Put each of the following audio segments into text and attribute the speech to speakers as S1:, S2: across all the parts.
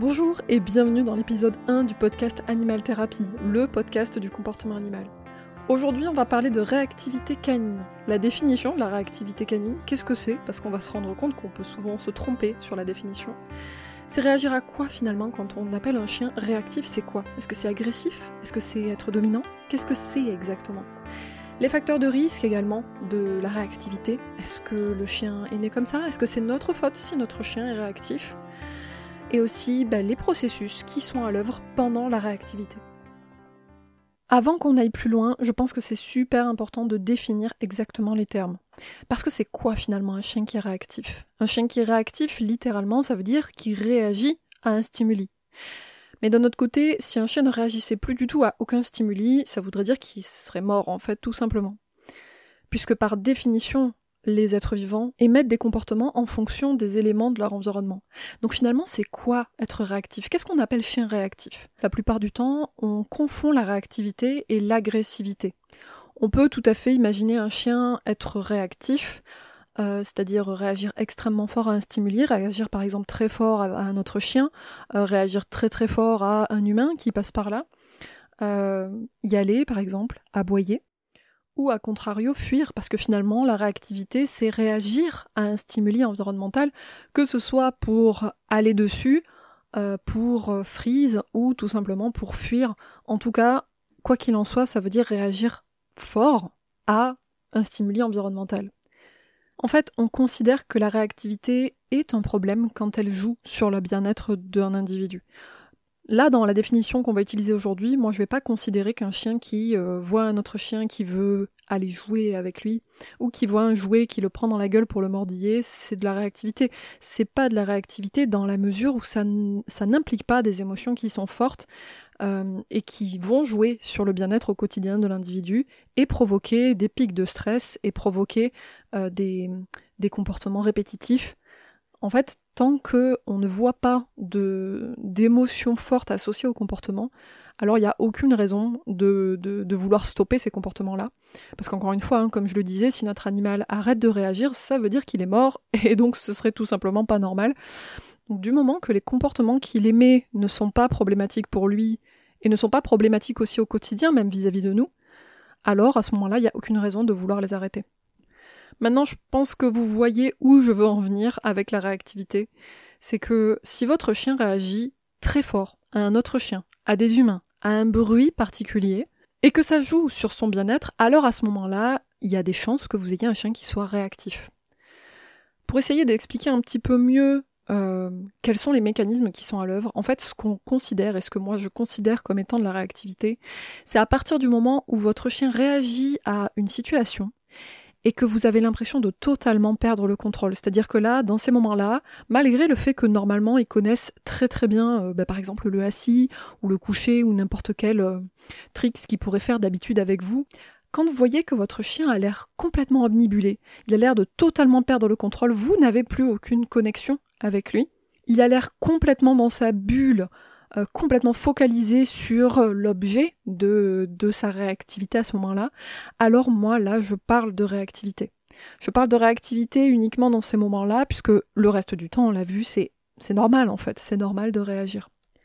S1: Bonjour et bienvenue dans l'épisode 1 du podcast Animal Thérapie, le podcast du comportement animal. Aujourd'hui, on va parler de réactivité canine. La définition de la réactivité canine, qu'est-ce que c'est ? Parce qu'on va se rendre compte qu'on peut souvent se tromper sur la définition. C'est réagir à quoi finalement quand on appelle un chien réactif, c'est quoi ? Est-ce que c'est agressif ? Est-ce que c'est être dominant ? Qu'est-ce que c'est exactement ? Les facteurs de risque également de la réactivité. Est-ce que le chien est né comme ça ? Est-ce que c'est notre faute si notre chien est réactif ? Et aussi les processus qui sont à l'œuvre pendant la réactivité. Avant qu'on aille plus loin, je pense que c'est super important de définir exactement les termes. Parce que c'est quoi finalement un chien qui est réactif ? Un chien qui est réactif, littéralement, ça veut dire qu'il réagit à un stimuli. Mais d'un autre côté, si un chien ne réagissait plus du tout à aucun stimuli, ça voudrait dire qu'il serait mort en fait, tout simplement. Puisque par définition, les êtres vivants émettent des comportements en fonction des éléments de leur environnement. Donc finalement, c'est quoi être réactif ? Qu'est-ce qu'on appelle chien réactif ? La plupart du temps, on confond la réactivité et l'agressivité. On peut tout à fait imaginer un chien être réactif, c'est-à-dire réagir extrêmement fort à un stimuli, réagir par exemple très fort à un autre chien, réagir très très fort à un humain qui passe par là, y aller par exemple, aboyer. Ou à contrario fuir, parce que finalement la réactivité c'est réagir à un stimuli environnemental, que ce soit pour aller dessus, pour freeze ou tout simplement pour fuir. En tout cas, quoi qu'il en soit, ça veut dire réagir fort à un stimuli environnemental. En fait, on considère que la réactivité est un problème quand elle joue sur le bien-être d'un individu. Là, dans la définition qu'on va utiliser aujourd'hui, moi je vais pas considérer qu'un chien qui voit un autre chien qui veut aller jouer avec lui, ou qui voit un jouet qui le prend dans la gueule pour le mordiller, c'est de la réactivité. C'est pas de la réactivité dans la mesure où ça n'implique pas des émotions qui sont fortes et qui vont jouer sur le bien-être au quotidien de l'individu et provoquer des pics de stress et provoquer des comportements répétitifs. En fait, tant qu'on ne voit pas d'émotions fortes associées au comportement, alors il n'y a aucune raison de vouloir stopper ces comportements-là. Parce qu'encore une fois, comme je le disais, si notre animal arrête de réagir, ça veut dire qu'il est mort, et donc ce serait tout simplement pas normal. Donc du moment que les comportements qu'il émet ne sont pas problématiques pour lui, et ne sont pas problématiques aussi au quotidien, même vis-à-vis de nous, alors à ce moment-là, il n'y a aucune raison de vouloir les arrêter. Maintenant, je pense que vous voyez où je veux en venir avec la réactivité. C'est que si votre chien réagit très fort à un autre chien, à des humains, à un bruit particulier, et que ça joue sur son bien-être, alors à ce moment-là, il y a des chances que vous ayez un chien qui soit réactif. Pour essayer d'expliquer un petit peu mieux quels sont les mécanismes qui sont à l'œuvre, en fait, ce qu'on considère, et ce que moi je considère comme étant de la réactivité, c'est à partir du moment où votre chien réagit à une situation, et que vous avez l'impression de totalement perdre le contrôle. C'est-à-dire que là, dans ces moments-là, malgré le fait que normalement ils connaissent très très bien, par exemple le assis, ou le coucher, ou n'importe quel tricks qu'ils pourraient faire d'habitude avec vous, quand vous voyez que votre chien a l'air complètement omnibulé, il a l'air de totalement perdre le contrôle, vous n'avez plus aucune connexion avec lui, il a l'air complètement dans sa bulle, complètement focalisé sur l'objet de sa réactivité à ce moment-là, alors moi là je parle de réactivité. Je parle de réactivité uniquement dans ces moments-là, puisque le reste du temps, on l'a vu, c'est normal en fait, c'est normal de réagir.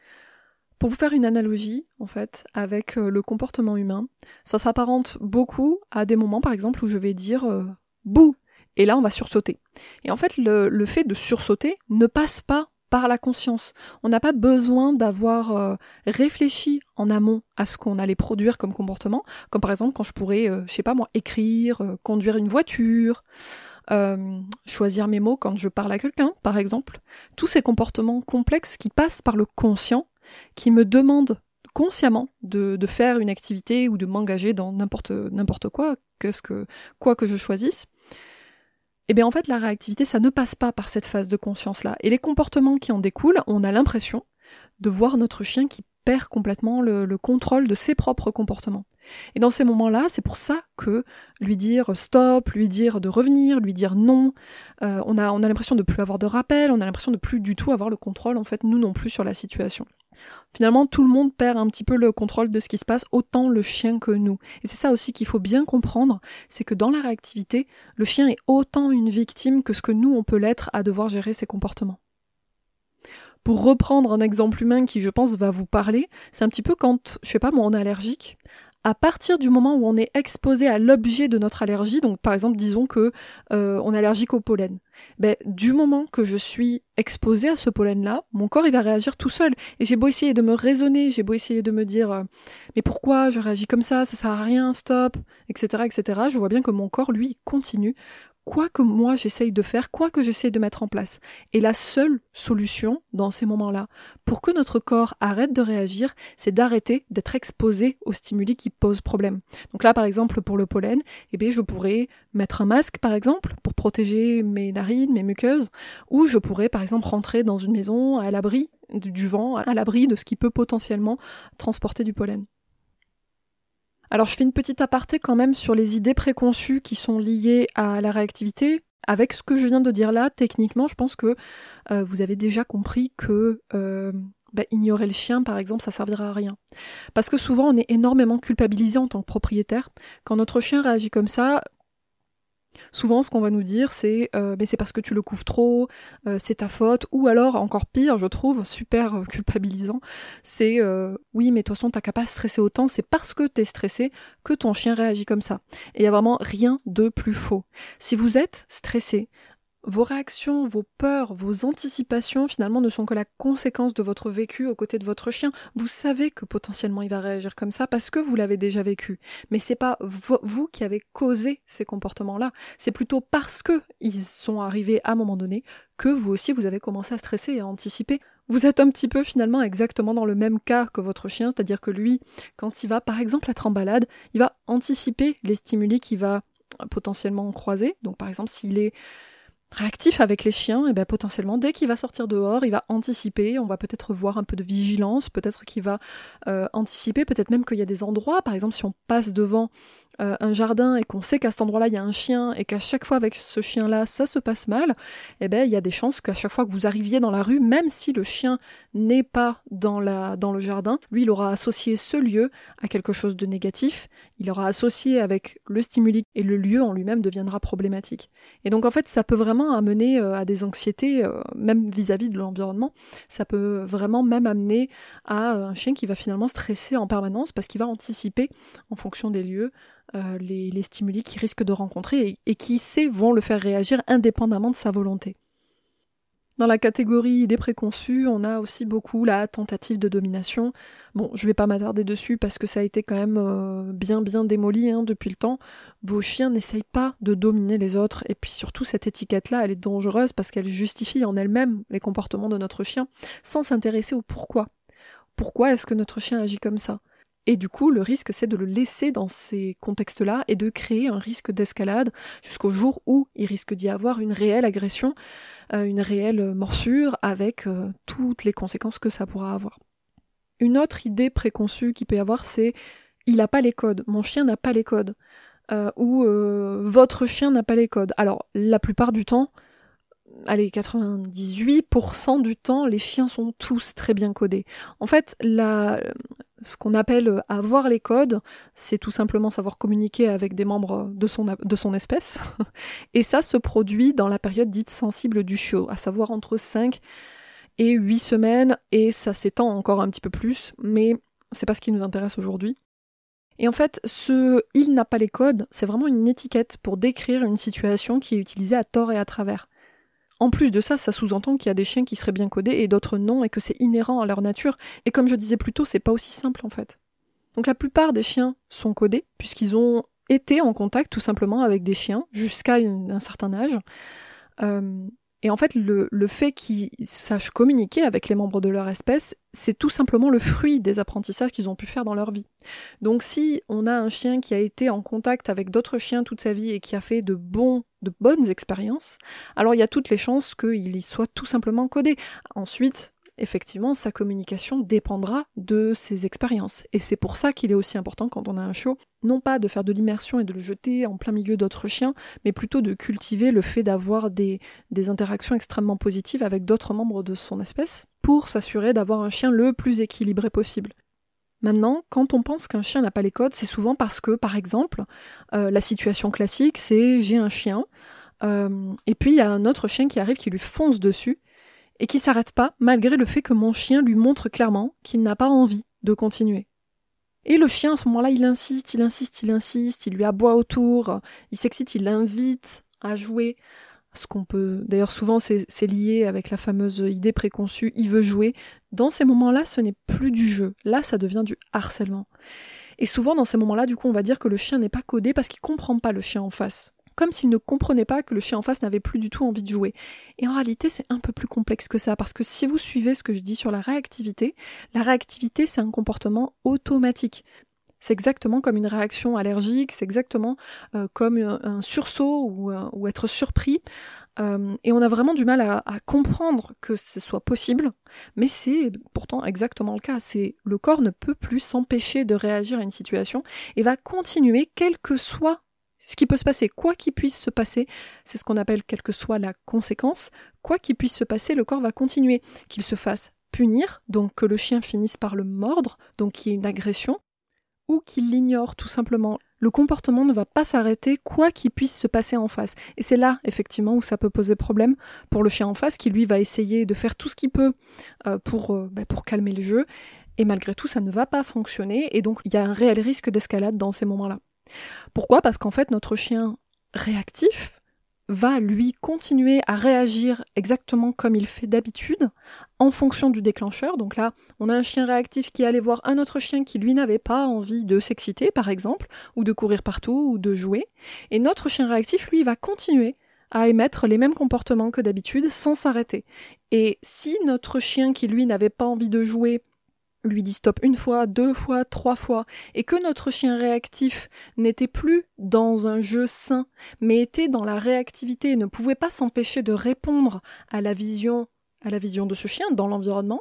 S1: Pour vous faire une analogie, en fait, avec le comportement humain, ça s'apparente beaucoup à des moments, par exemple, où je vais dire « bouh !» et là on va sursauter. Et en fait, le fait de sursauter ne passe pas par la conscience. On n'a pas besoin d'avoir réfléchi en amont à ce qu'on allait produire comme comportement, comme par exemple quand je pourrais, écrire, conduire une voiture, choisir mes mots quand je parle à quelqu'un, par exemple. Tous ces comportements complexes qui passent par le conscient, qui me demandent consciemment de faire une activité ou de m'engager dans n'importe quoi, quoi que je choisisse. Et bien en fait la réactivité ça ne passe pas par cette phase de conscience-là. Et les comportements qui en découlent, on a l'impression de voir notre chien qui perd complètement le contrôle de ses propres comportements. Et dans ces moments-là, c'est pour ça que lui dire stop, lui dire de revenir, lui dire non, on a l'impression de plus avoir de rappel, on a l'impression de plus du tout avoir le contrôle en fait, nous non plus sur la situation. Finalement, tout le monde perd un petit peu le contrôle de ce qui se passe, autant le chien que nous. Et c'est ça aussi qu'il faut bien comprendre, c'est que dans la réactivité, le chien est autant une victime que ce que nous, on peut l'être à devoir gérer ses comportements. Pour reprendre un exemple humain qui, je pense, va vous parler, c'est un petit peu quand, je sais pas, moi, on est allergique. À partir du moment où on est exposé à l'objet de notre allergie, donc par exemple, disons que on est allergique au pollen, du moment que je suis exposée à ce pollen-là, mon corps il va réagir tout seul. Et j'ai beau essayer de me raisonner, j'ai beau essayer de me dire mais pourquoi je réagis comme ça sert à rien, stop, etc., etc. Je vois bien que mon corps, lui, continue. Quoi que moi j'essaye de faire, quoi que j'essaye de mettre en place. Et la seule solution dans ces moments-là, pour que notre corps arrête de réagir, c'est d'arrêter d'être exposé aux stimuli qui posent problème. Donc là, par exemple, pour le pollen, je pourrais mettre un masque, par exemple, pour protéger mes narines, mes muqueuses, ou je pourrais, par exemple, rentrer dans une maison à l'abri du vent, à l'abri de ce qui peut potentiellement transporter du pollen. Alors je fais une petite aparté quand même sur les idées préconçues qui sont liées à la réactivité. Avec ce que je viens de dire là, techniquement, je pense que vous avez déjà compris que ignorer le chien, par exemple, ça servira à rien. Parce que souvent, on est énormément culpabilisé en tant que propriétaire. Quand notre chien réagit comme ça, souvent, ce qu'on va nous dire, c'est mais c'est parce que tu le couves trop, c'est ta faute, ou alors, encore pire, je trouve, super culpabilisant, c'est oui, mais de toute façon, t'as qu'à pas stresser autant, c'est parce que t'es stressé que ton chien réagit comme ça. Et il y a vraiment rien de plus faux. Si vous êtes stressé, vos réactions, vos peurs, vos anticipations, finalement, ne sont que la conséquence de votre vécu aux côtés de votre chien. Vous savez que potentiellement il va réagir comme ça parce que vous l'avez déjà vécu. Mais c'est pas vous qui avez causé ces comportements-là. C'est plutôt parce que ils sont arrivés à un moment donné que vous aussi vous avez commencé à stresser et à anticiper. Vous êtes un petit peu finalement exactement dans le même cas que votre chien, c'est-à-dire que lui, quand il va par exemple être en balade, il va anticiper les stimuli qu'il va potentiellement croiser. Donc par exemple, s'il est réactif avec les chiens, et potentiellement, dès qu'il va sortir dehors, il va anticiper, on va peut-être voir un peu de vigilance, peut-être qu'il va anticiper, peut-être même qu'il y a des endroits, par exemple si on passe devant un jardin et qu'on sait qu'à cet endroit-là il y a un chien et qu'à chaque fois avec ce chien-là ça se passe mal, il y a des chances qu'à chaque fois que vous arriviez dans la rue, même si le chien n'est pas dans le jardin, lui il aura associé ce lieu à quelque chose de négatif, il aura associé avec le stimuli et le lieu en lui-même deviendra problématique. Et donc en fait ça peut vraiment amener à des anxiétés, même vis-à-vis de l'environnement, ça peut vraiment même amener à un chien qui va finalement stresser en permanence parce qu'il va anticiper en fonction des lieux les stimuli qu'il risque de rencontrer et qui sait vont le faire réagir indépendamment de sa volonté. Dans la catégorie idées préconçues, on a aussi beaucoup la tentative de domination. Bon, je vais pas m'attarder dessus parce que ça a été quand même bien démoli depuis le temps. Vos chiens n'essayent pas de dominer les autres, et puis surtout cette étiquette-là, elle est dangereuse parce qu'elle justifie en elle-même les comportements de notre chien, sans s'intéresser au pourquoi. Pourquoi est-ce que notre chien agit comme ça ? Et du coup, le risque, c'est de le laisser dans ces contextes-là et de créer un risque d'escalade jusqu'au jour où il risque d'y avoir une réelle agression, une réelle morsure avec toutes les conséquences que ça pourra avoir. Une autre idée préconçue qu'il peut y avoir, c'est « il n'a pas les codes, mon chien n'a pas les codes » ou « votre chien n'a pas les codes ». Alors, la plupart du temps, allez, 98% du temps, les chiens sont tous très bien codés. En fait, ce qu'on appelle avoir les codes, c'est tout simplement savoir communiquer avec des membres de son espèce. Et ça se produit dans la période dite sensible du chiot, à savoir entre 5 et 8 semaines, et ça s'étend encore un petit peu plus, mais c'est pas ce qui nous intéresse aujourd'hui. Et en fait, « il n'a pas les codes », c'est vraiment une étiquette pour décrire une situation qui est utilisée à tort et à travers. En plus de ça, ça sous-entend qu'il y a des chiens qui seraient bien codés et d'autres non, et que c'est inhérent à leur nature. Et comme je disais plus tôt, c'est pas aussi simple en fait. Donc la plupart des chiens sont codés, puisqu'ils ont été en contact tout simplement avec des chiens jusqu'à un certain âge. Et en fait, le fait qu'ils sachent communiquer avec les membres de leur espèce, c'est tout simplement le fruit des apprentissages qu'ils ont pu faire dans leur vie. Donc si on a un chien qui a été en contact avec d'autres chiens toute sa vie et qui a fait de bonnes expériences, alors il y a toutes les chances qu'il y soit tout simplement codé. Ensuite, effectivement, sa communication dépendra de ses expériences. Et c'est pour ça qu'il est aussi important quand on a un chiot, non pas de faire de l'immersion et de le jeter en plein milieu d'autres chiens, mais plutôt de cultiver le fait d'avoir des interactions extrêmement positives avec d'autres membres de son espèce, pour s'assurer d'avoir un chien le plus équilibré possible. Maintenant, quand on pense qu'un chien n'a pas les codes, c'est souvent parce que, par exemple, la situation classique, c'est j'ai un chien, et puis il y a un autre chien qui arrive qui lui fonce dessus, et qui s'arrête pas malgré le fait que mon chien lui montre clairement qu'il n'a pas envie de continuer. Et le chien, à ce moment-là, il insiste, il lui aboie autour, il s'excite, il l'invite à jouer. Ce qu'on peut... D'ailleurs, souvent, c'est lié avec la fameuse idée préconçue, il veut jouer. Dans ces moments-là, ce n'est plus du jeu. Là, ça devient du harcèlement. Et souvent, dans ces moments-là, du coup, on va dire que le chien n'est pas codé parce qu'il comprend pas le chien en face. Comme s'il ne comprenait pas que le chien en face n'avait plus du tout envie de jouer. Et en réalité, c'est un peu plus complexe que ça, parce que si vous suivez ce que je dis sur la réactivité, c'est un comportement automatique. C'est exactement comme une réaction allergique, c'est exactement comme un sursaut ou être surpris. Et on a vraiment du mal à comprendre que ce soit possible, mais c'est pourtant exactement le cas. Le corps ne peut plus s'empêcher de réagir à une situation et va continuer quel que soit ce qui peut se passer, quoi qu'il puisse se passer, c'est ce qu'on appelle quelle que soit la conséquence, quoi qu'il puisse se passer, le corps va continuer, qu'il se fasse punir, donc que le chien finisse par le mordre, donc qu'il y ait une agression, ou qu'il l'ignore tout simplement. Le comportement ne va pas s'arrêter quoi qu'il puisse se passer en face. Et c'est là, effectivement, où ça peut poser problème pour le chien en face, qui lui va essayer de faire tout ce qu'il peut pour calmer le jeu, et malgré tout, ça ne va pas fonctionner, et donc il y a un réel risque d'escalade dans ces moments-là. Pourquoi ? Parce qu'en fait, notre chien réactif va lui continuer à réagir exactement comme il fait d'habitude en fonction du déclencheur. Donc là, on a un chien réactif qui allait voir un autre chien qui lui n'avait pas envie de s'exciter, par exemple, ou de courir partout, ou de jouer. Et notre chien réactif, lui, va continuer à émettre les mêmes comportements que d'habitude sans s'arrêter. Et si notre chien qui, lui, n'avait pas envie de jouer, lui dit stop une fois, 2 fois, 3 fois, et que notre chien réactif n'était plus dans un jeu sain, mais était dans la réactivité et ne pouvait pas s'empêcher de répondre à la vision de ce chien dans l'environnement,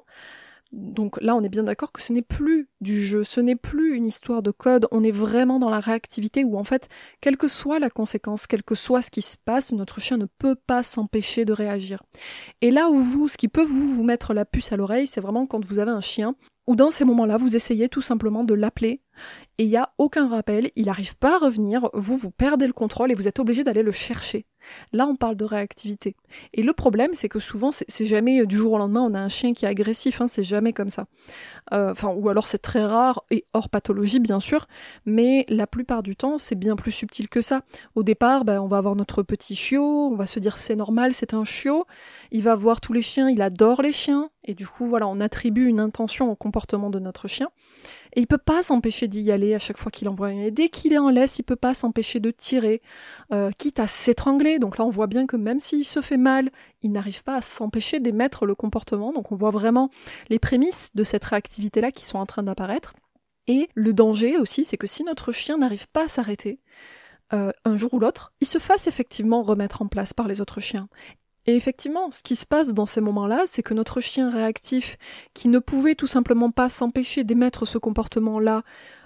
S1: donc là on est bien d'accord que ce n'est plus du jeu, ce n'est plus une histoire de code, on est vraiment dans la réactivité où en fait, quelle que soit la conséquence, quel que soit ce qui se passe, notre chien ne peut pas s'empêcher de réagir. Et là où ce qui peut vous mettre la puce à l'oreille, c'est vraiment quand vous avez un chien où dans ces moments-là, vous essayez tout simplement de l'appeler, et il n'y a aucun rappel, il n'arrive pas à revenir, vous perdez le contrôle et vous êtes obligé d'aller le chercher. Là, on parle de réactivité. Et le problème, c'est que souvent, c'est jamais du jour au lendemain, on a un chien qui est agressif, c'est jamais comme ça. Ou alors c'est très rare, et hors pathologie, bien sûr, mais la plupart du temps, c'est bien plus subtil que ça. Au départ, on va avoir notre petit chiot, on va se dire c'est normal, c'est un chiot, il va voir tous les chiens, il adore les chiens, et du coup, voilà, on attribue une intention au comportement de notre chien. Et il peut pas s'empêcher d'y aller à chaque fois qu'il envoie une. Et dès qu'il est en laisse, il peut pas s'empêcher de tirer, quitte à s'étrangler. Donc là, on voit bien que même s'il se fait mal, il n'arrive pas à s'empêcher d'émettre le comportement. Donc on voit vraiment les prémices de cette réactivité-là qui sont en train d'apparaître. Et le danger aussi, c'est que si notre chien n'arrive pas à s'arrêter, un jour ou l'autre, il se fasse effectivement remettre en place par les autres chiens. Et effectivement, ce qui se passe dans ces moments-là, c'est que notre chien réactif, qui ne pouvait tout simplement pas s'empêcher d'émettre ce comportement-là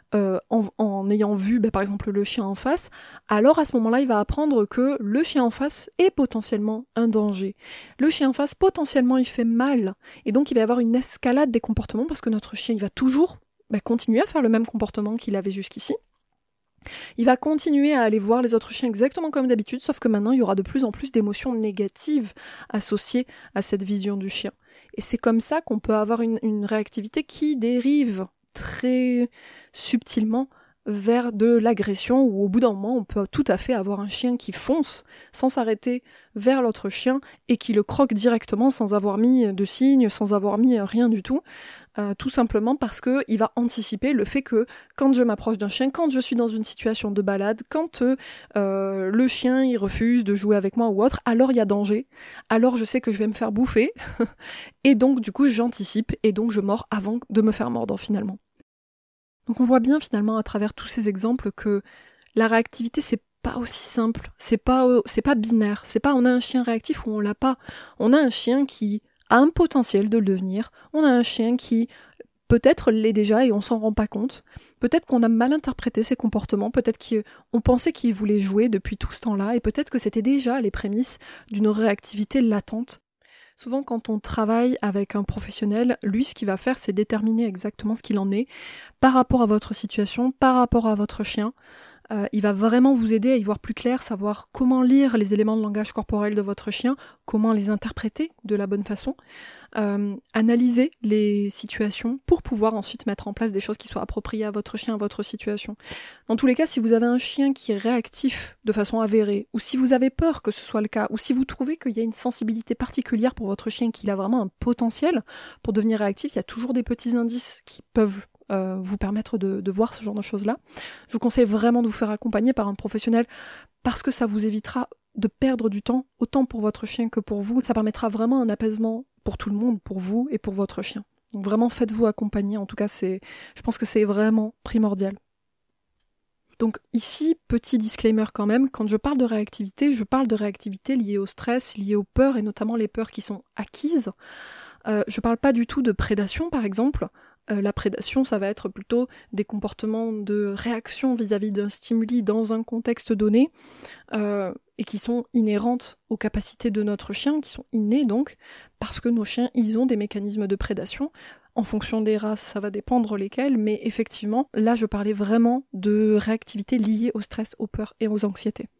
S1: en ayant vu par exemple le chien en face, alors à ce moment-là, il va apprendre que le chien en face est potentiellement un danger. Le chien en face, potentiellement, il fait mal. Et donc, il va y avoir une escalade des comportements parce que notre chien, il va toujours continuer à faire le même comportement qu'il avait jusqu'ici. Il va continuer à aller voir les autres chiens exactement comme d'habitude, sauf que maintenant, il y aura de plus en plus d'émotions négatives associées à cette vision du chien. Et c'est comme ça qu'on peut avoir une réactivité qui dérive très subtilement vers de l'agression, où au bout d'un moment, on peut tout à fait avoir un chien qui fonce sans s'arrêter vers l'autre chien et qui le croque directement sans avoir mis de signe, sans avoir mis rien du tout. Tout simplement parce qu'il va anticiper le fait que quand je m'approche d'un chien, quand je suis dans une situation de balade, quand le chien il refuse de jouer avec moi ou autre, alors il y a danger, alors je sais que je vais me faire bouffer, et donc du coup j'anticipe, et donc je mords avant de me faire mordre finalement. Donc on voit bien finalement à travers tous ces exemples que la réactivité c'est pas aussi simple, c'est pas binaire, c'est pas on a un chien réactif ou on l'a pas, on a un chien qui a un potentiel de le devenir, on a un chien qui peut-être l'est déjà et on s'en rend pas compte, peut-être qu'on a mal interprété ses comportements, peut-être qu'on pensait qu'il voulait jouer depuis tout ce temps-là et peut-être que c'était déjà les prémices d'une réactivité latente. Souvent quand on travaille avec un professionnel, lui ce qu'il va faire c'est déterminer exactement ce qu'il en est par rapport à votre situation, par rapport à votre chien, Il va vraiment vous aider à y voir plus clair, savoir comment lire les éléments de langage corporel de votre chien, comment les interpréter de la bonne façon, analyser les situations pour pouvoir ensuite mettre en place des choses qui soient appropriées à votre chien, à votre situation. Dans tous les cas, si vous avez un chien qui est réactif de façon avérée, ou si vous avez peur que ce soit le cas, ou si vous trouvez qu'il y a une sensibilité particulière pour votre chien, qu'il a vraiment un potentiel pour devenir réactif, il y a toujours des petits indices qui peuvent vous permettre de voir ce genre de choses-là. Je vous conseille vraiment de vous faire accompagner par un professionnel parce que ça vous évitera de perdre du temps, autant pour votre chien que pour vous. Ça permettra vraiment un apaisement pour tout le monde, pour vous et pour votre chien. Donc vraiment faites-vous accompagner, en tout cas je pense que c'est vraiment primordial. Donc ici, petit disclaimer quand même, quand je parle de réactivité liée au stress, liée aux peurs et notamment les peurs qui sont acquises. Je parle pas du tout de prédation par exemple. La prédation, ça va être plutôt des comportements de réaction vis-à-vis d'un stimuli dans un contexte donné, et qui sont inhérentes aux capacités de notre chien, qui sont innées donc, parce que nos chiens, ils ont des mécanismes de prédation. En fonction des races, ça va dépendre lesquels, mais effectivement, là je parlais vraiment de réactivité liée au stress, aux peurs et aux anxiétés.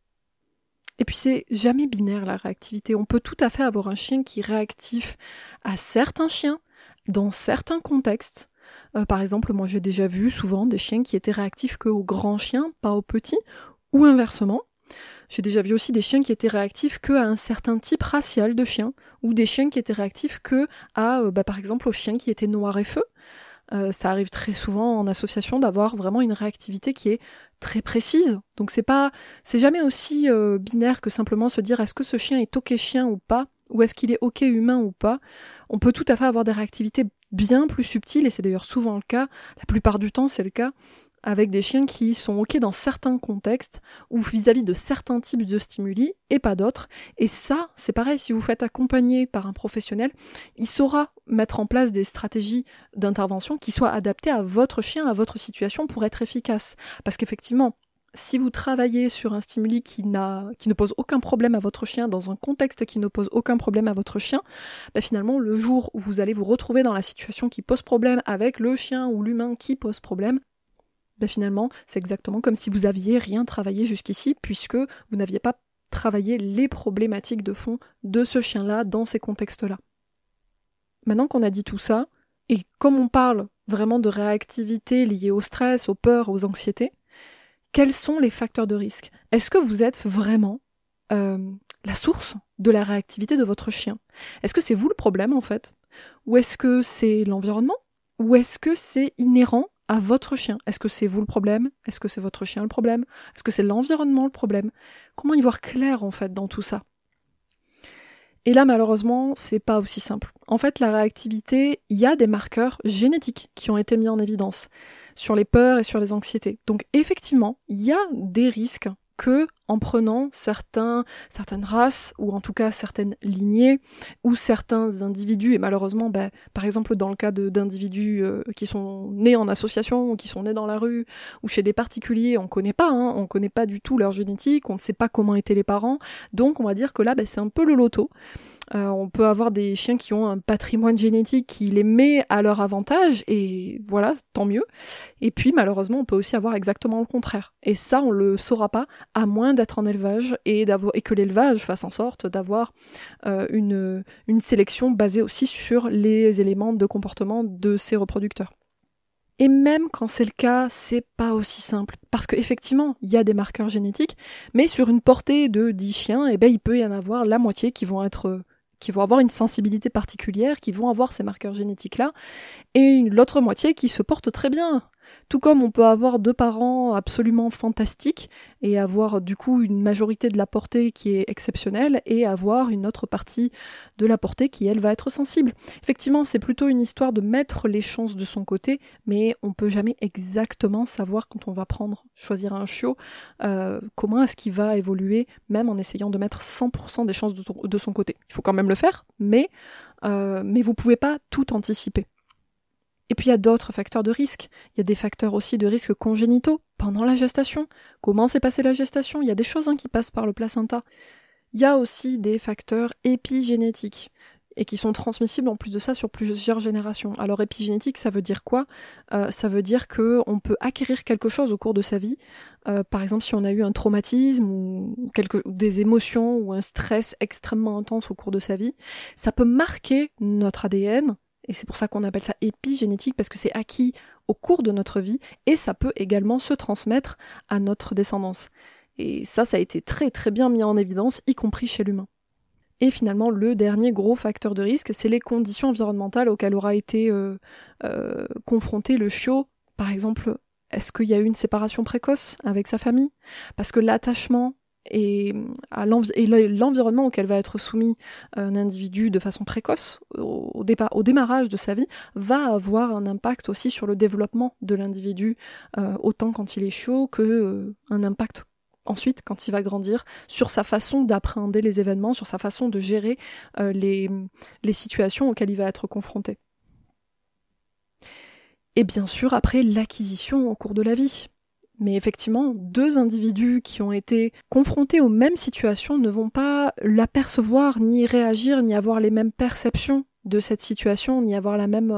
S1: Et puis c'est jamais binaire la réactivité, on peut tout à fait avoir un chien qui est réactif à certains chiens, dans certains contextes. Par exemple, moi j'ai déjà vu souvent des chiens qui étaient réactifs qu'aux grands chiens, pas aux petits, ou inversement. J'ai déjà vu aussi des chiens qui étaient réactifs qu'à un certain type racial de chiens, ou des chiens qui étaient réactifs que à, par exemple, aux chiens qui étaient noirs et feu. Ça arrive très souvent en association d'avoir vraiment une réactivité qui est très précise. Donc c'est jamais aussi binaire que simplement se dire est-ce que ce chien est ok chien ou pas, ou est-ce qu'il est ok humain ou pas. On peut tout à fait avoir des réactivités bien plus subtiles, et c'est d'ailleurs souvent le cas, la plupart du temps c'est le cas, avec des chiens qui sont ok dans certains contextes ou vis-à-vis de certains types de stimuli et pas d'autres. Et ça, c'est pareil, si vous faites accompagner par un professionnel, il saura mettre en place des stratégies d'intervention qui soient adaptées à votre chien, à votre situation pour être efficaces. Parce qu'effectivement, si vous travaillez sur un stimuli qui ne pose aucun problème à votre chien, dans un contexte qui ne pose aucun problème à votre chien, finalement, le jour où vous allez vous retrouver dans la situation qui pose problème avec le chien ou l'humain qui pose problème, finalement, c'est exactement comme si vous aviez rien travaillé jusqu'ici, puisque vous n'aviez pas travaillé les problématiques de fond de ce chien-là dans ces contextes-là. Maintenant qu'on a dit tout ça, et comme on parle vraiment de réactivité liée au stress, aux peurs, aux anxiétés, quels sont les facteurs de risque ? Est-ce que vous êtes vraiment la source de la réactivité de votre chien ? Est-ce que c'est vous le problème en fait ? Ou est-ce que c'est l'environnement ? Ou est-ce que c'est inhérent à votre chien ? Est-ce que c'est vous le problème ? Est-ce que c'est votre chien le problème ? Est-ce que c'est l'environnement le problème ? Comment y voir clair en fait dans tout ça ? Et là malheureusement, c'est pas aussi simple. En fait, la réactivité, il y a des marqueurs génétiques qui ont été mis en évidence sur les peurs et sur les anxiétés. Donc effectivement, il y a des risques que en prenant certaines races, ou en tout cas certaines lignées, ou certains individus, et malheureusement, par exemple dans le cas d'individus qui sont nés en association, ou qui sont nés dans la rue, ou chez des particuliers, on connaît pas du tout leur génétique, on ne sait pas comment étaient les parents, donc on va dire que là, c'est un peu le loto. On peut avoir des chiens qui ont un patrimoine génétique qui les met à leur avantage, et voilà, tant mieux. Et puis malheureusement, on peut aussi avoir exactement le contraire. Et ça, on le saura pas, à moins d'être en élevage, et que l'élevage fasse en sorte d'avoir une sélection basée aussi sur les éléments de comportement de ses reproducteurs. Et même quand c'est le cas, c'est pas aussi simple. Parce qu'effectivement, il y a des marqueurs génétiques, mais sur une portée de 10 chiens, il peut y en avoir la moitié qui vont avoir une sensibilité particulière, qui vont avoir ces marqueurs génétiques-là, et l'autre moitié qui se porte très bien. Tout comme on peut avoir 2 parents absolument fantastiques, et avoir du coup une majorité de la portée qui est exceptionnelle, et avoir une autre partie de la portée qui, elle, va être sensible. Effectivement, c'est plutôt une histoire de mettre les chances de son côté, mais on peut jamais exactement savoir quand on va choisir un chiot, comment est-ce qu'il va évoluer, même en essayant de mettre 100% des chances de son côté. Il faut quand même le faire, mais vous pouvez pas tout anticiper. Et puis il y a d'autres facteurs de risque. Il y a des facteurs aussi de risque congénitaux pendant la gestation. Comment s'est passée la gestation ? Il y a des choses qui passent par le placenta. Il y a aussi des facteurs épigénétiques. et qui sont transmissibles en plus de ça sur plusieurs générations. Alors épigénétique, ça veut dire quoi ? Ça veut dire qu'on peut acquérir quelque chose au cours de sa vie. Par exemple, si on a eu un traumatisme ou des émotions ou un stress extrêmement intense au cours de sa vie, ça peut marquer notre ADN, et c'est pour ça qu'on appelle ça épigénétique, parce que c'est acquis au cours de notre vie, et ça peut également se transmettre à notre descendance. Et ça a été très très bien mis en évidence, y compris chez l'humain. Et finalement, le dernier gros facteur de risque, c'est les conditions environnementales auxquelles aura été confronté le chiot. Par exemple, est-ce qu'il y a eu une séparation précoce avec sa famille ? Parce que l'attachement et l'environnement auquel va être soumis un individu de façon précoce, au démarrage de sa vie, va avoir un impact aussi sur le développement de l'individu, autant quand il est chiot un impact ensuite, quand il va grandir, sur sa façon d'appréhender les événements, sur sa façon de gérer les situations auxquelles il va être confronté. Et bien sûr, après, l'acquisition au cours de la vie. Mais effectivement, deux individus qui ont été confrontés aux mêmes situations ne vont pas l'apercevoir, ni réagir, ni avoir les mêmes perceptions de cette situation, ni avoir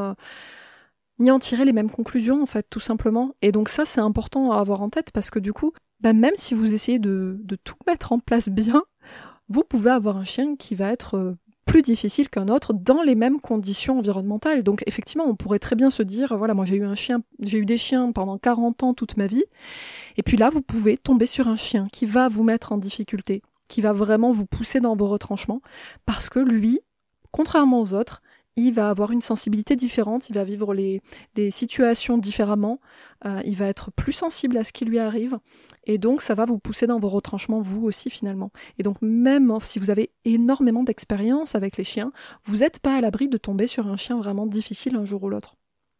S1: ni en tirer les mêmes conclusions, en fait, tout simplement. Et donc ça, c'est important à avoir en tête, parce que du coup, même si vous essayez de tout mettre en place bien, vous pouvez avoir un chien qui va être plus difficile qu'un autre dans les mêmes conditions environnementales. Donc effectivement, on pourrait très bien se dire, voilà, moi j'ai eu des chiens pendant 40 ans toute ma vie, et puis là, vous pouvez tomber sur un chien qui va vous mettre en difficulté, qui va vraiment vous pousser dans vos retranchements, parce que lui, contrairement aux autres, il va avoir une sensibilité différente, il va vivre les situations différemment, il va être plus sensible à ce qui lui arrive, et donc ça va vous pousser dans vos retranchements vous aussi finalement. Et donc même si vous avez énormément d'expérience avec les chiens, vous n'êtes pas à l'abri de tomber sur un chien vraiment difficile un jour ou l'autre.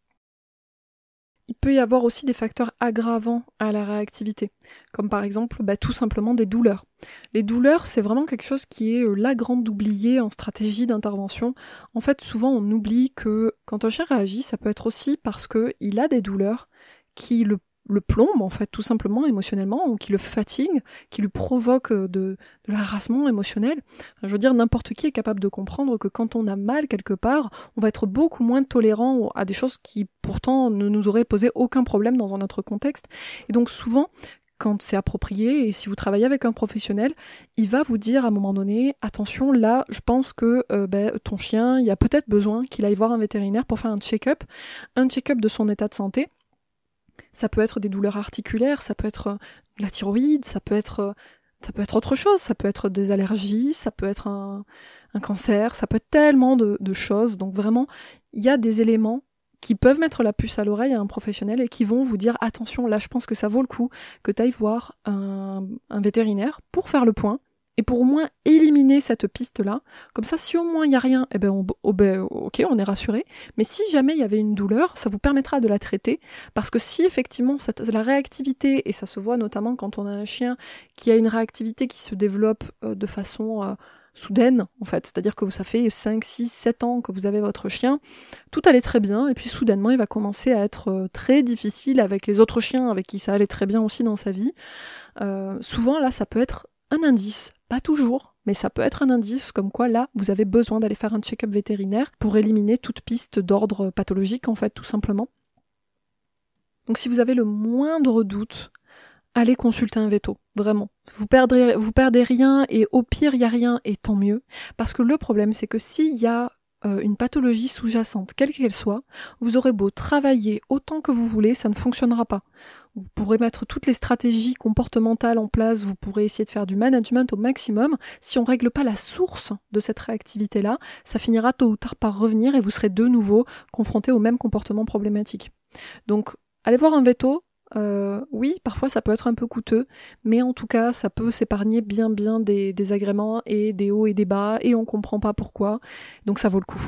S1: Il peut y avoir aussi des facteurs aggravants à la réactivité, comme par exemple tout simplement des douleurs. Les douleurs, c'est vraiment quelque chose qui est la grande oubliée en stratégie d'intervention. En fait, souvent on oublie que quand un chien réagit, ça peut être aussi parce qu'il a des douleurs qui le plombe en fait tout simplement émotionnellement, ou qui le fatigue, qui lui provoque de l'harassement émotionnel. Je veux dire, n'importe qui est capable de comprendre que quand on a mal quelque part, on va être beaucoup moins tolérant à des choses qui pourtant ne nous auraient posé aucun problème dans un autre contexte. Et donc souvent, quand c'est approprié, et si vous travaillez avec un professionnel, il va vous dire à un moment donné, attention, là, je pense que ton chien, il y a peut-être besoin qu'il aille voir un vétérinaire pour faire un check-up de son état de santé. Ça peut être des douleurs articulaires, ça peut être la thyroïde, ça peut être autre chose, ça peut être des allergies, ça peut être un cancer, ça peut être tellement de choses. Donc vraiment, il y a des éléments qui peuvent mettre la puce à l'oreille à un professionnel et qui vont vous dire attention, là je pense que ça vaut le coup que tu ailles voir un vétérinaire pour faire le point et pour au moins éliminer cette piste-là. Comme ça, si au moins il n'y a rien, ok, on est rassuré. Mais si jamais il y avait une douleur, ça vous permettra de la traiter, parce que si effectivement la réactivité, et ça se voit notamment quand on a un chien qui a une réactivité qui se développe de façon soudaine, en fait, c'est-à-dire que ça fait 5, 6, 7 ans que vous avez votre chien, tout allait très bien, et puis soudainement il va commencer à être très difficile avec les autres chiens avec qui ça allait très bien aussi dans sa vie. Souvent là, ça peut être un indice, pas toujours, mais ça peut être un indice comme quoi là, vous avez besoin d'aller faire un check-up vétérinaire pour éliminer toute piste d'ordre pathologique, en fait, tout simplement. Donc si vous avez le moindre doute, allez consulter un véto, vraiment. Vous perdez rien, et au pire, il n'y a rien, et tant mieux. Parce que le problème, c'est que s'il y a une pathologie sous-jacente, quelle qu'elle soit, vous aurez beau travailler autant que vous voulez, ça ne fonctionnera pas. Vous pourrez mettre toutes les stratégies comportementales en place, vous pourrez essayer de faire du management au maximum. Si on ne règle pas la source de cette réactivité-là, ça finira tôt ou tard par revenir et vous serez de nouveau confronté au même comportement problématique. Donc, allez voir un véto. Oui, parfois ça peut être un peu coûteux, mais en tout cas ça peut s'épargner bien des désagréments et des hauts et des bas, et on comprend pas pourquoi, donc ça vaut le coup.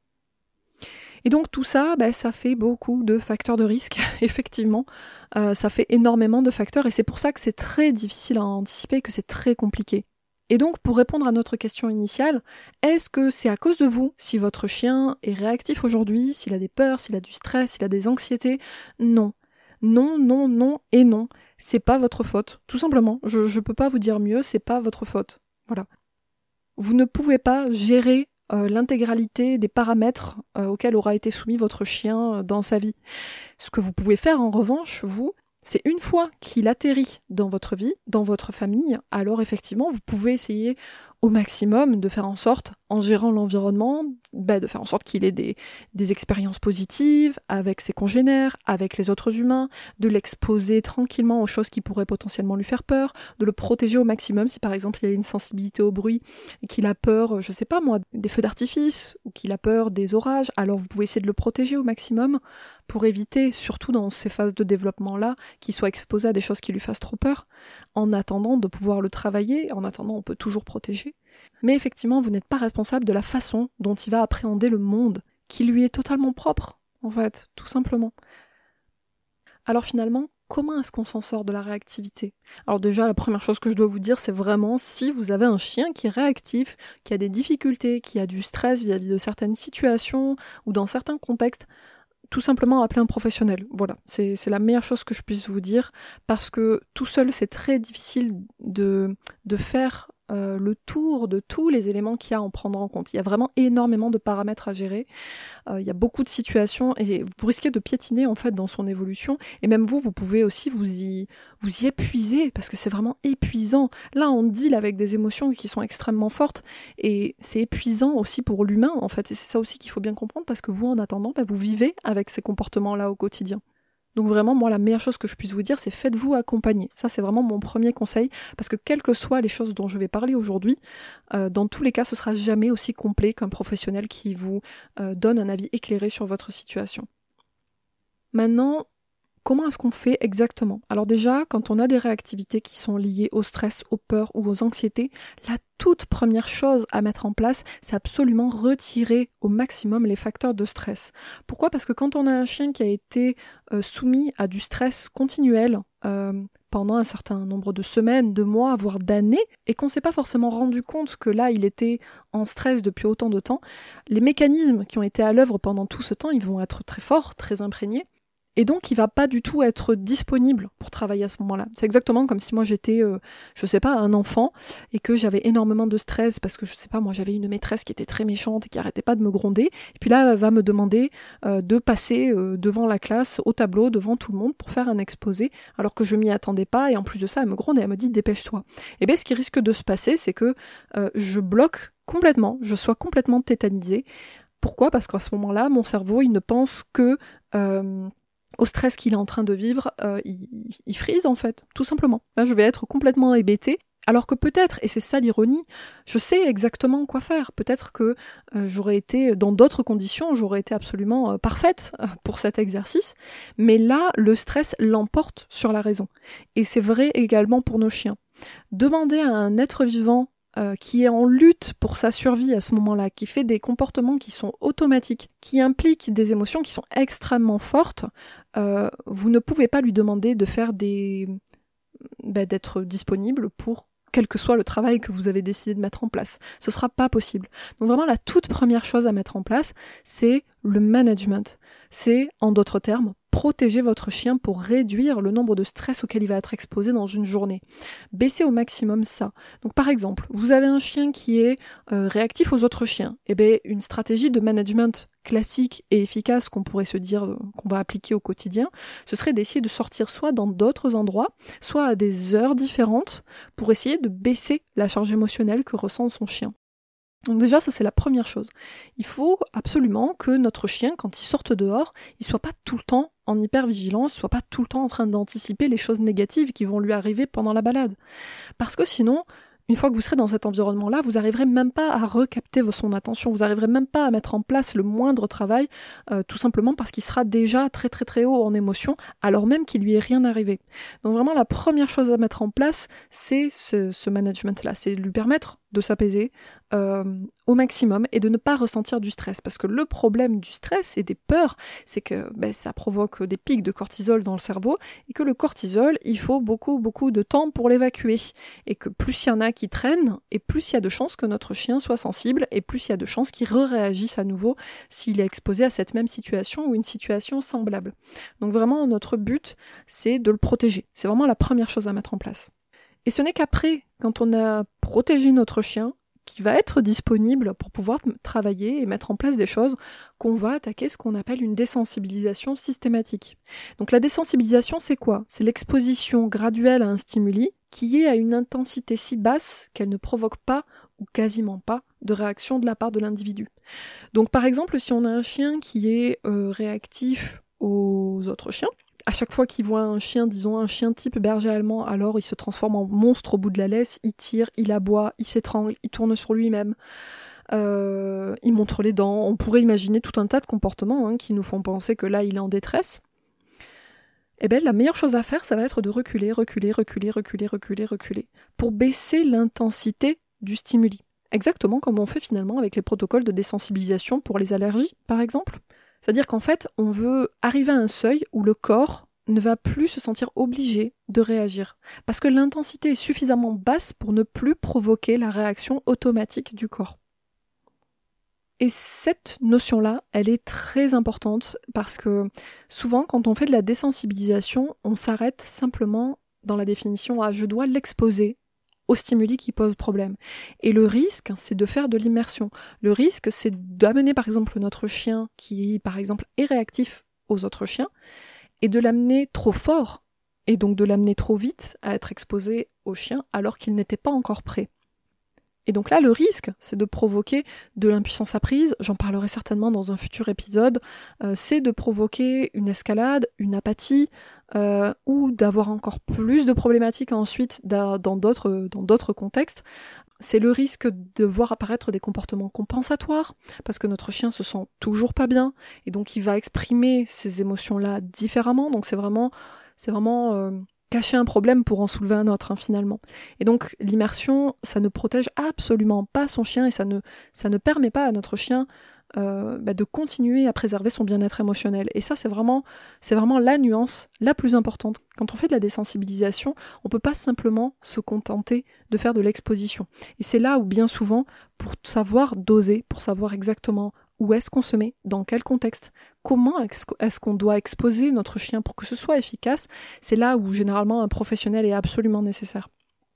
S1: Et donc tout ça, ça fait beaucoup de facteurs de risque, effectivement, ça fait énormément de facteurs, et c'est pour ça que c'est très difficile à anticiper, que c'est très compliqué. Et donc pour répondre à notre question initiale, est-ce que c'est à cause de vous si votre chien est réactif aujourd'hui, s'il a des peurs, s'il a du stress, s'il a des anxiétés? Non. Non, et non. C'est pas votre faute. Tout simplement. Je peux pas vous dire mieux, c'est pas votre faute. Voilà. Vous ne pouvez pas gérer l'intégralité des paramètres auxquels aura été soumis votre chien dans sa vie. Ce que vous pouvez faire en revanche, vous, c'est une fois qu'il atterrit dans votre vie, dans votre famille, alors effectivement, vous pouvez essayer au maximum de faire en sorte, en gérant l'environnement, de faire en sorte qu'il ait des expériences positives avec ses congénères, avec les autres humains, de l'exposer tranquillement aux choses qui pourraient potentiellement lui faire peur, de le protéger au maximum si par exemple il a une sensibilité au bruit et qu'il a peur, je sais pas moi, des feux d'artifice ou qu'il a peur des orages, alors vous pouvez essayer de le protéger au maximum pour éviter, surtout dans ces phases de développement-là, qu'il soit exposé à des choses qui lui fassent trop peur, en attendant de pouvoir le travailler, en attendant on peut toujours protéger. Mais effectivement, vous n'êtes pas responsable de la façon dont il va appréhender le monde, qui lui est totalement propre, en fait, tout simplement. Alors finalement, comment est-ce qu'on s'en sort de la réactivité ? Alors déjà, la première chose que je dois vous dire, c'est vraiment si vous avez un chien qui est réactif, qui a des difficultés, qui a du stress vis-à-vis de certaines situations ou dans certains contextes, tout simplement appeler un professionnel. Voilà, c'est la meilleure chose que je puisse vous dire, parce que tout seul, c'est très difficile de faire le tour de tous les éléments qu'il y a à en prendre en compte. Il y a vraiment énormément de paramètres à gérer, il y a beaucoup de situations, et vous risquez de piétiner en fait dans son évolution, et même vous pouvez aussi vous y épuiser, parce que c'est vraiment épuisant. Là, on deal avec des émotions qui sont extrêmement fortes, et c'est épuisant aussi pour l'humain, en fait, et c'est ça aussi qu'il faut bien comprendre, parce que vous, en attendant, vous vivez avec ces comportements-là au quotidien. Donc vraiment, moi, la meilleure chose que je puisse vous dire, c'est faites-vous accompagner. Ça, c'est vraiment mon premier conseil, parce que quelles que soient les choses dont je vais parler aujourd'hui, dans tous les cas, ce sera jamais aussi complet qu'un professionnel qui vous donne un avis éclairé sur votre situation. Maintenant, comment est-ce qu'on fait exactement ? Alors déjà, quand on a des réactivités qui sont liées au stress, aux peurs ou aux anxiétés, la toute première chose à mettre en place, c'est absolument retirer au maximum les facteurs de stress. Pourquoi ? Parce que quand on a un chien qui a été soumis à du stress continuel pendant un certain nombre de semaines, de mois, voire d'années, et qu'on ne s'est pas forcément rendu compte que là, il était en stress depuis autant de temps, les mécanismes qui ont été à l'œuvre pendant tout ce temps, ils vont être très forts, très imprégnés, et donc il va pas du tout être disponible pour travailler à ce moment-là. C'est exactement comme si moi j'étais, un enfant, et que j'avais énormément de stress, parce que j'avais une maîtresse qui était très méchante et qui arrêtait pas de me gronder, et puis là elle va me demander de passer devant la classe, au tableau, devant tout le monde, pour faire un exposé, alors que je m'y attendais pas, et en plus de ça elle me gronde et elle me dit dépêche-toi. Et bien ce qui risque de se passer, c'est que je bloque complètement, je sois complètement tétanisée. Pourquoi ? Parce qu'à ce moment-là, mon cerveau, il ne pense que au stress qu'il est en train de vivre, il freeze en fait, tout simplement. Là, je vais être complètement hébétée, alors que peut-être, et c'est ça l'ironie, je sais exactement quoi faire. Peut-être que j'aurais été, dans d'autres conditions, j'aurais été absolument parfaite pour cet exercice, mais là, le stress l'emporte sur la raison. Et c'est vrai également pour nos chiens. Demander à un être vivant qui est en lutte pour sa survie à ce moment-là, qui fait des comportements qui sont automatiques, qui impliquent des émotions qui sont extrêmement fortes, vous ne pouvez pas lui demander de faire d'être disponible pour quel que soit le travail que vous avez décidé de mettre en place. Ce sera pas possible. Donc vraiment, la toute première chose à mettre en place, c'est le management. C'est, en d'autres termes, protéger votre chien pour réduire le nombre de stress auquel il va être exposé dans une journée. Baissez au maximum ça. Donc par exemple, vous avez un chien qui est réactif aux autres chiens. Eh bien, une stratégie de management classique et efficace qu'on pourrait se dire qu'on va appliquer au quotidien, ce serait d'essayer de sortir soit dans d'autres endroits, soit à des heures différentes, pour essayer de baisser la charge émotionnelle que ressent son chien. Donc déjà, ça c'est la première chose. Il faut absolument que notre chien, quand il sorte dehors, il soit pas tout le temps en hypervigilance, soit pas tout le temps en train d'anticiper les choses négatives qui vont lui arriver pendant la balade. Parce que sinon, une fois que vous serez dans cet environnement-là, vous n'arriverez même pas à recapter son attention, vous n'arriverez même pas à mettre en place le moindre travail, tout simplement parce qu'il sera déjà très très très haut en émotion, alors même qu'il lui est rien arrivé. Donc vraiment, la première chose à mettre en place, c'est ce management-là, c'est de lui permettre de s'apaiser au maximum et de ne pas ressentir du stress. Parce que le problème du stress et des peurs, c'est que ça provoque des pics de cortisol dans le cerveau, et que le cortisol, il faut beaucoup beaucoup de temps pour l'évacuer. Et que plus il y en a qui traînent, et plus il y a de chances que notre chien soit sensible, et plus il y a de chances qu'il réagisse à nouveau s'il est exposé à cette même situation ou une situation semblable. Donc vraiment, notre but, c'est de le protéger. C'est vraiment la première chose à mettre en place. Et ce n'est qu'après, quand on a protégé notre chien, qui va être disponible pour pouvoir travailler et mettre en place des choses qu'on va attaquer ce qu'on appelle une désensibilisation systématique. Donc la désensibilisation, c'est quoi ? C'est l'exposition graduelle à un stimuli qui est à une intensité si basse qu'elle ne provoque pas ou quasiment pas de réaction de la part de l'individu. Donc par exemple, si on a un chien qui est réactif aux autres chiens, à chaque fois qu'il voit un chien, disons un chien type berger allemand, alors il se transforme en monstre au bout de la laisse, il tire, il aboie, il s'étrangle, il tourne sur lui-même, il montre les dents. On pourrait imaginer tout un tas de comportements qui nous font penser que là il est en détresse. Eh bien la meilleure chose à faire, ça va être de reculer, pour baisser l'intensité du stimuli. Exactement comme on fait finalement avec les protocoles de désensibilisation pour les allergies, par exemple. C'est-à-dire qu'en fait, on veut arriver à un seuil où le corps ne va plus se sentir obligé de réagir, parce que l'intensité est suffisamment basse pour ne plus provoquer la réaction automatique du corps. Et cette notion-là, elle est très importante, parce que souvent, quand on fait de la désensibilisation, on s'arrête simplement dans la définition à « je dois l'exposer » aux stimuli qui posent problème. Et le risque, c'est de faire de l'immersion. Le risque, c'est d'amener par exemple notre chien qui, par exemple, est réactif aux autres chiens, et de l'amener trop fort, et donc de l'amener trop vite à être exposé au chien alors qu'il n'était pas encore prêt. Et donc là, le risque, c'est de provoquer de l'impuissance apprise, j'en parlerai certainement dans un futur épisode, c'est de provoquer une escalade, une apathie, ou d'avoir encore plus de problématiques ensuite dans d'autres contextes. C'est le risque de voir apparaître des comportements compensatoires, parce que notre chien se sent toujours pas bien, et donc il va exprimer ces émotions-là différemment, donc c'est vraiment cacher un problème pour en soulever un autre, finalement. Et donc l'immersion, ça ne protège absolument pas son chien, et ça ne permet pas à notre chien de continuer à préserver son bien-être émotionnel. Et ça, c'est vraiment la nuance la plus importante. Quand on fait de la désensibilisation, on peut pas simplement se contenter de faire de l'exposition. Et c'est là où, bien souvent, pour savoir doser, pour savoir exactement où est-ce qu'on se met, dans quel contexte, comment est-ce qu'on doit exposer notre chien pour que ce soit efficace, c'est là où, généralement, un professionnel est absolument nécessaire.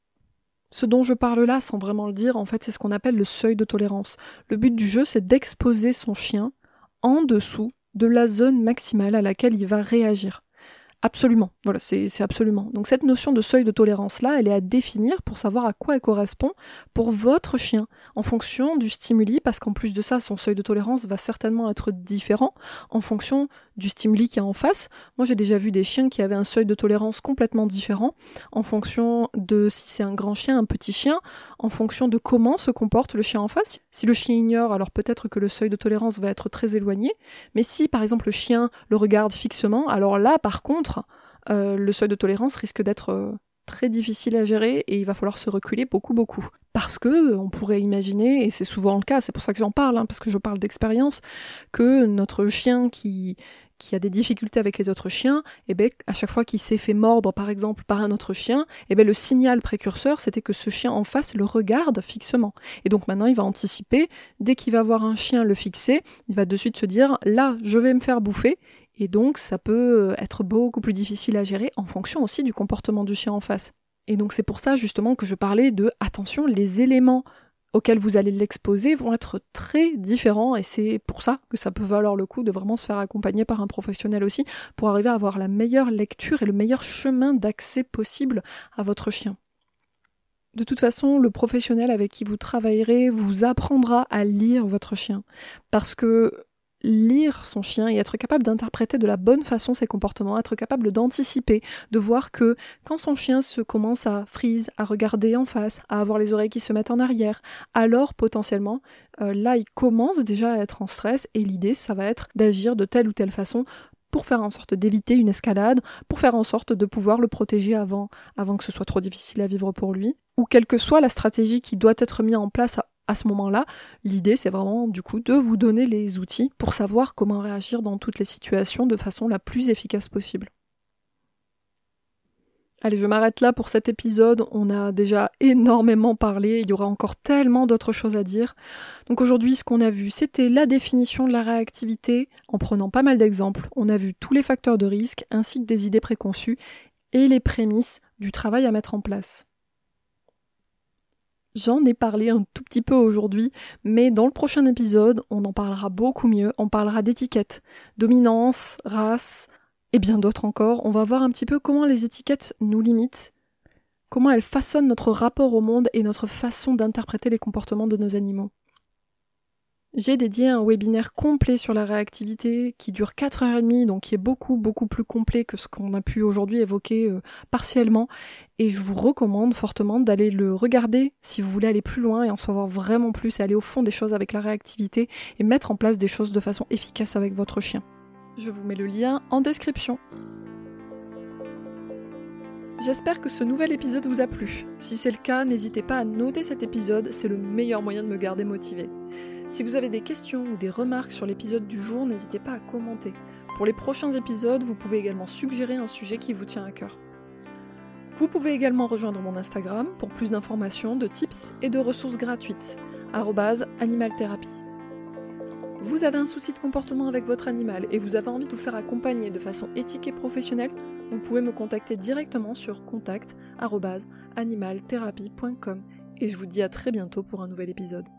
S1: Ce dont je parle là, sans vraiment le dire, en fait, c'est ce qu'on appelle le seuil de tolérance. Le but du jeu, c'est d'exposer son chien en dessous de la zone maximale à laquelle il va réagir. Absolument, voilà, c'est absolument. Donc cette notion de seuil de tolérance-là, elle est à définir pour savoir à quoi elle correspond pour votre chien, en fonction du stimuli, parce qu'en plus de ça, son seuil de tolérance va certainement être différent en fonction du stimuli qu'il y a en face. Moi, j'ai déjà vu des chiens qui avaient un seuil de tolérance complètement différent, en fonction de si c'est un grand chien, un petit chien, en fonction de comment se comporte le chien en face. Si le chien ignore, alors peut-être que le seuil de tolérance va être très éloigné, mais si par exemple le chien le regarde fixement, alors là, par contre, le seuil de tolérance risque d'être très difficile à gérer et il va falloir se reculer beaucoup. Parce que on pourrait imaginer, et c'est souvent le cas, c'est pour ça que j'en parle, parce que je parle d'expérience, que notre chien qui a des difficultés avec les autres chiens, à chaque fois qu'il s'est fait mordre par exemple par un autre chien, le signal précurseur c'était que ce chien en face le regarde fixement. Et donc maintenant il va anticiper, dès qu'il va voir un chien le fixer, il va de suite se dire là je vais me faire bouffer. Et donc, ça peut être beaucoup plus difficile à gérer en fonction aussi du comportement du chien en face. Et donc, c'est pour ça justement que je parlais de attention, les éléments auxquels vous allez l'exposer vont être très différents et c'est pour ça que ça peut valoir le coup de vraiment se faire accompagner par un professionnel aussi pour arriver à avoir la meilleure lecture et le meilleur chemin d'accès possible à votre chien. De toute façon, le professionnel avec qui vous travaillerez vous apprendra à lire votre chien parce que lire son chien et être capable d'interpréter de la bonne façon ses comportements, être capable d'anticiper, de voir que quand son chien se commence à freeze, à regarder en face, à avoir les oreilles qui se mettent en arrière, alors potentiellement, là il commence déjà à être en stress et l'idée ça va être d'agir de telle ou telle façon pour faire en sorte d'éviter une escalade, pour faire en sorte de pouvoir le protéger avant que ce soit trop difficile à vivre pour lui, ou quelle que soit la stratégie qui doit être mise en place à ce moment-là, l'idée c'est vraiment du coup de vous donner les outils pour savoir comment réagir dans toutes les situations de façon la plus efficace possible. Allez, je m'arrête là pour cet épisode, on a déjà énormément parlé, il y aura encore tellement d'autres choses à dire. Donc aujourd'hui, ce qu'on a vu, c'était la définition de la réactivité, en prenant pas mal d'exemples. On a vu tous les facteurs de risque, ainsi que des idées préconçues, et les prémices du travail à mettre en place. J'en ai parlé un tout petit peu aujourd'hui, mais dans le prochain épisode, on en parlera beaucoup mieux. On parlera d'étiquettes, dominance, race, et bien d'autres encore. On va voir un petit peu comment les étiquettes nous limitent, comment elles façonnent notre rapport au monde et notre façon d'interpréter les comportements de nos animaux. J'ai dédié un webinaire complet sur la réactivité qui dure 4h30, donc qui est beaucoup plus complet que ce qu'on a pu aujourd'hui évoquer partiellement. Et je vous recommande fortement d'aller le regarder si vous voulez aller plus loin et en savoir vraiment plus et aller au fond des choses avec la réactivité et mettre en place des choses de façon efficace avec votre chien. Je vous mets le lien en description. J'espère que ce nouvel épisode vous a plu. Si c'est le cas, n'hésitez pas à noter cet épisode, c'est le meilleur moyen de me garder motivé. Si vous avez des questions ou des remarques sur l'épisode du jour, n'hésitez pas à commenter. Pour les prochains épisodes, vous pouvez également suggérer un sujet qui vous tient à cœur. Vous pouvez également rejoindre mon Instagram pour plus d'informations, de tips et de ressources gratuites, @animalthérapie. Vous avez un souci de comportement avec votre animal et vous avez envie de vous faire accompagner de façon éthique et professionnelle, vous pouvez me contacter directement sur contact@animaltherapie.com et je vous dis à très bientôt pour un nouvel épisode.